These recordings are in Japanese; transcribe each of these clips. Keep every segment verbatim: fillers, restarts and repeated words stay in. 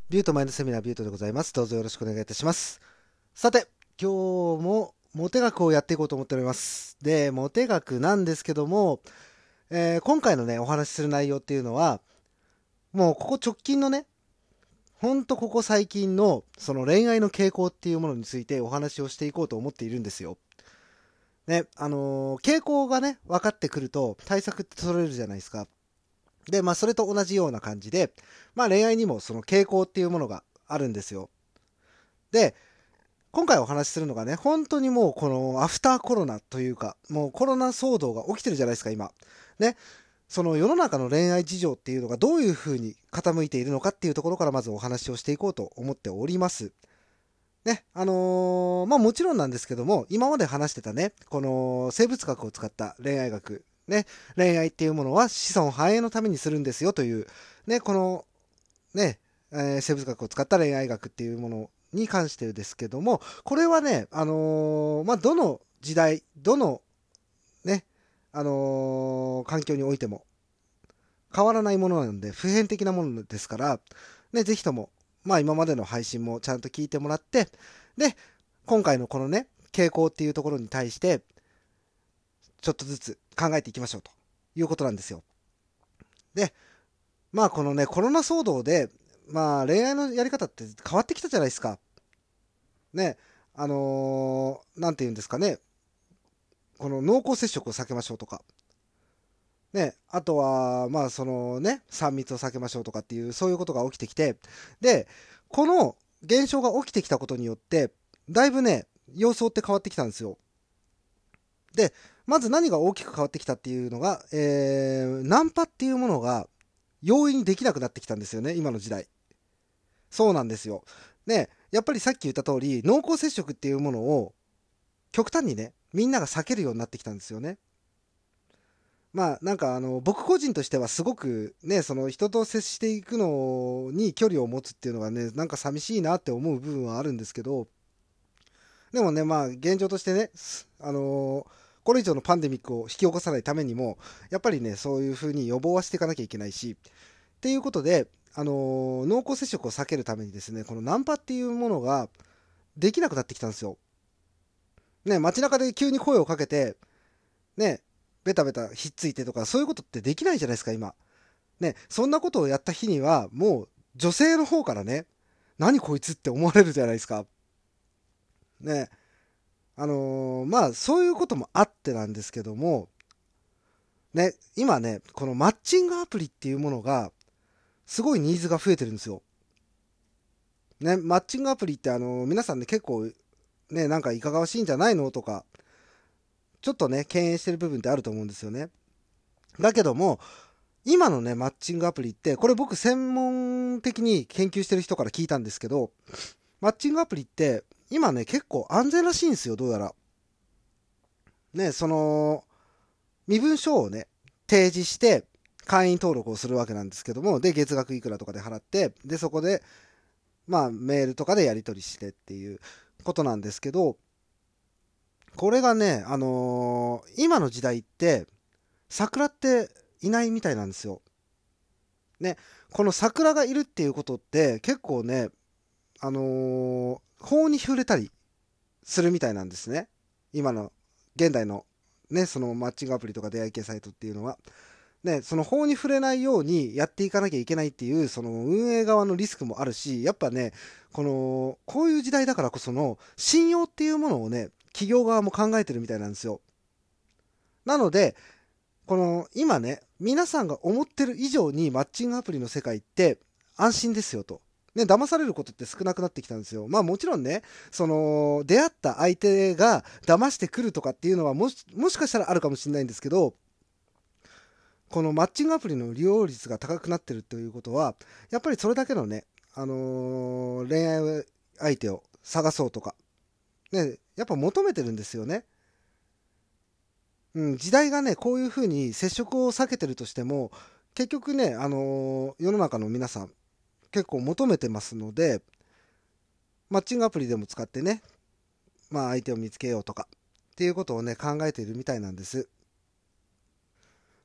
ビュートマインドセミナービュートでございます。どうぞよろしくお願いいたします。さて、今日もモテ学をやっていこうと思っております。で、モテ学なんですけども、えー今回のね、お話しする内容っていうのは、もうここ直近のね、ほんとここ最近のその恋愛の傾向っていうものについてお話をしていこうと思っているんですよ。ね、あのー傾向がね、分かってくると対策って取れるじゃないですか。で、まあそれと同じような感じで、まあ恋愛にもその傾向っていうものがあるんですよ。で、今回お話しするのがね、本当にもうこのアフターコロナというか、もうコロナ騒動が起きてるじゃないですか、今。ね。その世の中の恋愛事情っていうのがどういうふうに傾いているのかっていうところからまずお話をしていこうと思っております。ね。あのーまあもちろんなんですけども、今まで話してたね、この生物学を使った恋愛学、ね、恋愛っていうものは子孫繁栄のためにするんですよという、ね、このね、えー生物学を使った恋愛学っていうものに関してですけども、これはね、あのーまあ、どの時代、どのね、あのー環境においても変わらないものなんで、普遍的なものですから、ね、ぜひとも、まあ今までの配信もちゃんと聞いてもらって、で、今回のこのね、傾向っていうところに対して、ちょっとずつ考えていきましょうということなんですよ。で、まあこのね、コロナ騒動で、まあ恋愛のやり方って変わってきたじゃないですか。ね、あのーなんて言うんですかね、この濃厚接触を避けましょうとか、ね、あとは、まあそのね、さん密を避けましょうとかっていう、そういうことが起きてきて、で、この現象が起きてきたことによって、だいぶね、様相って変わってきたんですよ。で、まず何が大きく変わってきたっていうのが、えー、ナンパっていうものが容易にできなくなってきたんですよね、今の時代。そうなんですよ。ね、やっぱりさっき言った通り、濃厚接触っていうものを極端にね、みんなが避けるようになってきたんですよね。まあなんかあの僕個人としてはすごくね、その人と接していくのに距離を持つっていうのがね、なんか寂しいなって思う部分はあるんですけど、でもね、まあ現状としてね、すあのーこれ以上のパンデミックを引き起こさないためにも、やっぱりね、そういうふうに予防はしていかなきゃいけないし、っていうことで、あのー濃厚接触を避けるためにですね、このナンパっていうものができなくなってきたんですよ。ね、街中で急に声をかけて、ね、ベタベタひっついてとか、そういうことってできないじゃないですか、今。ね、そんなことをやった日には、もう女性の方からね、何こいつって思われるじゃないですか。ね、あのーまあ、そういうこともあってなんですけども、ね、今ね、このマッチングアプリっていうものが、すごいニーズが増えてるんですよ。ね、マッチングアプリってあのー皆さんね、結構、ね、なんかいかがわしいんじゃないのとか、ちょっとね、敬遠してる部分ってあると思うんですよね。だけども、今のね、マッチングアプリって、これ僕専門的に研究してる人から聞いたんですけど、マッチングアプリって、今ね、結構安全らしいんですよ、どうやら。ね、その、身分証をね、提示して、会員登録をするわけなんですけども、で、月額いくらとかで払って、で、そこで、まあ、メールとかでやり取りしてっていうことなんですけど、これがね、あのー今の時代って、桜っていないみたいなんですよ。ね、この桜がいるっていうことって結構ね、あのー法に触れたりするみたいなんですね。今の、現代の、ね、そのマッチングアプリとか出会い系サイトっていうのは。ね、その法に触れないようにやっていかなきゃいけないっていう、その運営側のリスクもあるし、やっぱね、この、こういう時代だからこその、信用っていうものをね、企業側も考えてるみたいなんですよ。なので、この今ね、皆さんが思ってる以上にマッチングアプリの世界って安心ですよと。ね、騙されることって少なくなってきたんですよ。まあもちろんね、その、出会った相手が騙してくるとかっていうのはもし、もしかしたらあるかもしれないんですけど、このマッチングアプリの利用率が高くなってるということは、やっぱりそれだけのね、あのー恋愛相手を探そうとか、ね、やっぱ求めてるんですよね。うん、時代がね、こういうふうに接触を避けてるとしても、結局ね、あのー世の中の皆さん、結構求めてますので、マッチングアプリでも使ってね、まあ相手を見つけようとか、っていうことをね、考えているみたいなんです。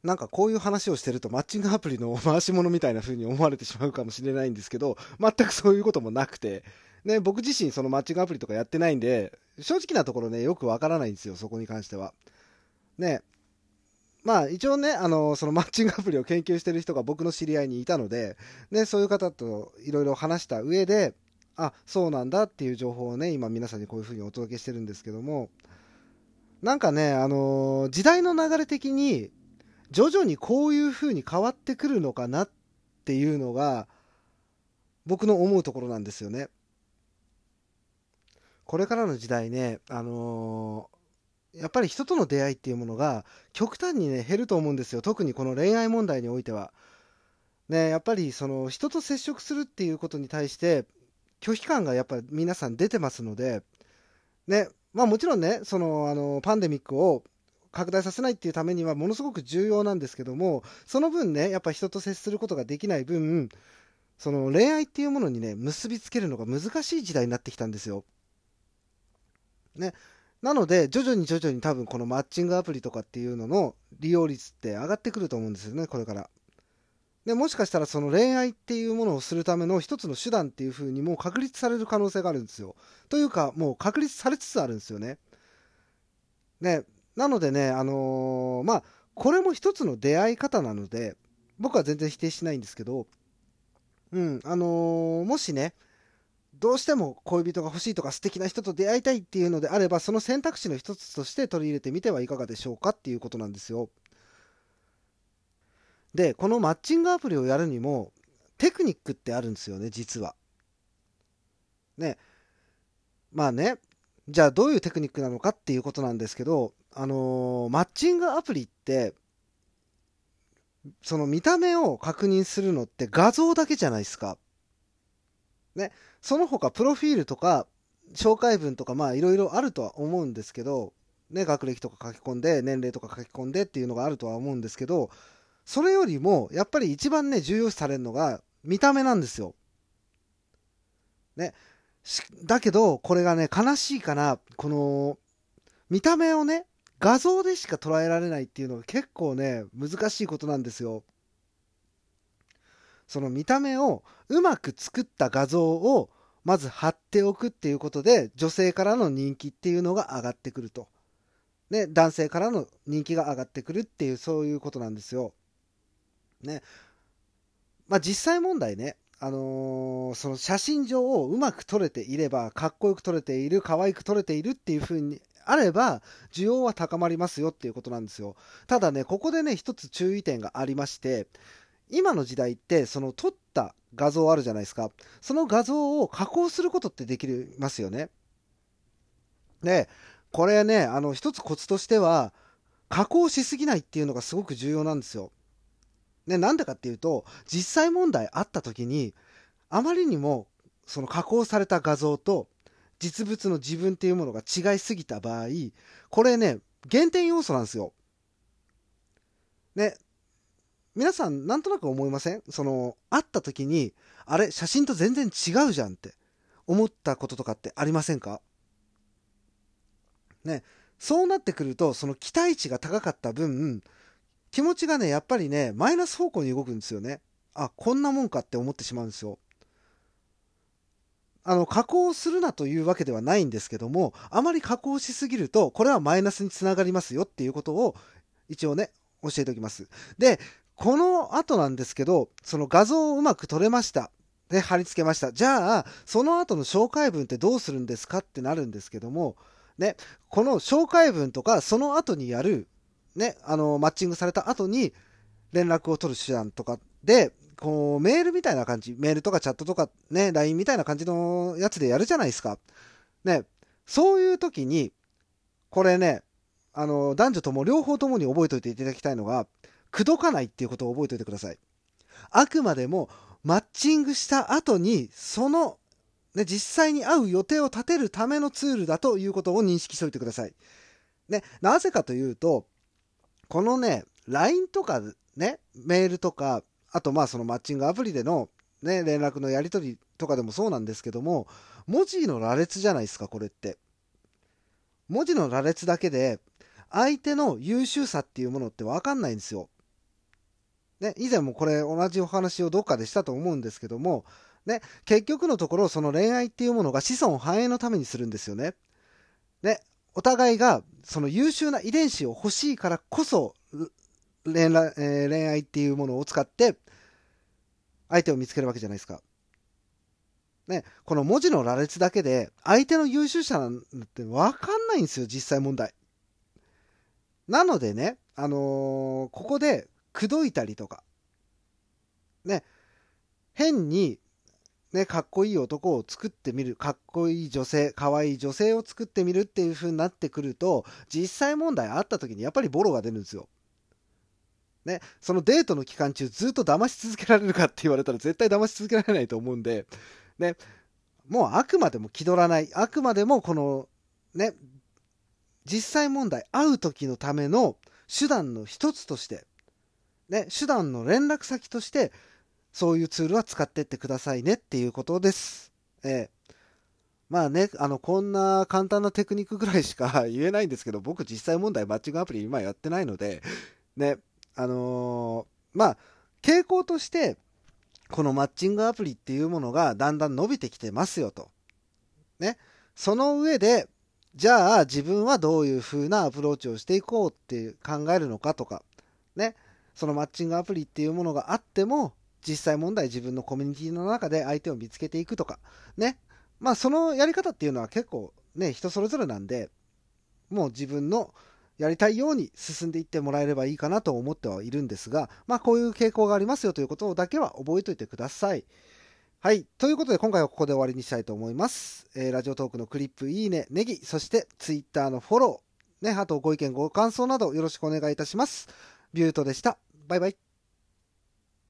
なんかこういう話をしてるとマッチングアプリの回し物みたいな風に思われてしまうかもしれないんですけど、全くそういうこともなくて、ね、僕自身そのマッチングアプリとかやってないんで、正直なところね、よくわからないんですよ、そこに関しては。ね、まあ一応ね、あの、そのマッチングアプリを研究してる人が僕の知り合いにいたので、ね、そういう方といろいろ話した上で、あ、そうなんだっていう情報をね、今皆さんにこういう風にお届けしてるんですけども、なんかね、あの時代の流れ的に、徐々にこういう風に変わってくるのかなっていうのが僕の思うところなんですよね。これからの時代ね、あのーやっぱり人との出会いっていうものが極端にね減ると思うんですよ。特にこの恋愛問題においては。ね、やっぱりその人と接触するっていうことに対して拒否感がやっぱり皆さん出てますので、ね、まあもちろんね、そのあのパンデミックを拡大させないっていうためにはものすごく重要なんですけども、その分ね、やっぱ人と接することができない分、その恋愛っていうものにね、結びつけるのが難しい時代になってきたんですよ。ね。なので、徐々に徐々に多分このマッチングアプリとかっていうのの利用率って上がってくると思うんですよね、これから。で、もしかしたらその恋愛っていうものをするための一つの手段っていう風にもう確立される可能性があるんですよ。というか、もう確立されつつあるんですよね。ね。なのでね、あのーまあ、これも一つの出会い方なので、僕は全然否定しないんですけど、うん、あのーもしね、どうしても恋人が欲しいとか素敵な人と出会いたいっていうのであれば、その選択肢の一つとして取り入れてみてはいかがでしょうかっていうことなんですよ。で、このマッチングアプリをやるにも、テクニックってあるんですよね、実は。ね。まあね、じゃあどういうテクニックなのかっていうことなんですけど、あのーマッチングアプリって、その見た目を確認するのって画像だけじゃないですか。ね。その他、プロフィールとか、紹介文とか、まあいろいろあるとは思うんですけど、ね、学歴とか書き込んで、年齢とか書き込んでっていうのがあるとは思うんですけど、それよりも、やっぱり一番ね、重要視されるのが、見た目なんですよ。ね。だけど、これがね、悲しいかな、この、見た目をね、画像でしか捉えられないっていうのが結構ね、難しいことなんですよ。その見た目をうまく作った画像をまず貼っておくっていうことで、女性からの人気っていうのが上がってくると。ね、男性からの人気が上がってくるっていう、そういうことなんですよ。ね。まあ実際問題ね、あのーその写真上をうまく撮れていれば、かっこよく撮れている、可愛く撮れているっていう風にあれば、需要は高まりますよっていうことなんですよ。ただね、ここでね、一つ注意点がありまして、今の時代って、その撮った画像あるじゃないですか。その画像を加工することってできますよね。で、これね、あの、一つコツとしては、加工しすぎないっていうのがすごく重要なんですよ。ね、なんでかっていうと、実際問題あった時に、あまりにも、その加工された画像と、実物の自分っていうものが違いすぎた場合、これね、減点要素なんですよ。ね、皆さんなんとなく思いません？その、会った時に、あれ、写真と全然違うじゃんって思ったこととかってありませんか？ね、そうなってくると、その期待値が高かった分、気持ちがね、やっぱりね、マイナス方向に動くんですよね。あ、こんなもんかって思ってしまうんですよ。あの、加工するなというわけではないんですけども、あまり加工しすぎると、これはマイナスにつながりますよっていうことを、一応ね、教えておきます。で、この後なんですけど、その画像をうまく撮れました。で、貼り付けました。じゃあ、その後の紹介文ってどうするんですかってなるんですけども、ね、この紹介文とか、その後にやる、ね、あの、マッチングされた後に連絡を取る手段とかで、こう、メールみたいな感じ、メールとかチャットとかね、ライン みたいな感じのやつでやるじゃないですか。ね、そういう時に、これね、あの、男女とも両方ともに覚えておいていただきたいのが、口説かないっていうことを覚えておいてください。あくまでも、マッチングした後に、その、ね、実際に会う予定を立てるためのツールだということを認識しておいてください。ね、なぜかというと、このね、ライン とかね、メールとか、あとまあそのマッチングアプリでのね、連絡のやり取りとかでもそうなんですけども、文字の羅列じゃないですか、これって。文字の羅列だけで、相手の優秀さっていうものってわかんないんですよ。 ね、以前もこれ同じお話をどっかでしたと思うんですけども、ね、結局のところその恋愛っていうものが子孫繁栄のためにするんですよね。ね、お互いがその優秀な遺伝子を欲しいからこそ恋愛、えー恋愛っていうものを使って相手を見つけるわけじゃないですか。ね、この文字の羅列だけで相手の優秀者なんて分かんないんですよ、実際問題。なのでね、あのーここで口説いたりとか、ね、変に、ね、かっこいい男を作ってみる、かっこいい女性、かわいい女性を作ってみるっていう風になってくると、実際問題あった時にやっぱりボロが出るんですよ。ね、そのデートの期間中ずっと騙し続けられるかって言われたら絶対騙し続けられないと思うんで、ね、もうあくまでも気取らない、あくまでもこの、ね、実際問題会う時のための手段の一つとして、ね、手段の連絡先としてそういうツールは使ってってくださいねっていうことです。えー、まあね、あのこんな簡単なテクニックぐらいしか言えないんですけど、僕実際問題マッチングアプリ今やってないのでね、あのーまあ傾向としてこのマッチングアプリっていうものがだんだん伸びてきてますよと。ね。その上で、じゃあ自分はどういう風なアプローチをしていこうって考えるのかとか、ね。そのマッチングアプリっていうものがあっても、実際問題自分のコミュニティの中で相手を見つけていくとか、ね。まあそのやり方っていうのは結構ね、人それぞれなんで、もう自分のやりたいように進んでいってもらえればいいかなと思ってはいるんですが、まあこういう傾向がありますよということだけは覚えておいてください。はい。ということで今回はここで終わりにしたいと思います。えーラジオトークのクリップ、いいね、ネギ、そしてツイッターのフォロー、ね、あとご意見ご感想などよろしくお願いいたします。ビュートでした。バイバイ。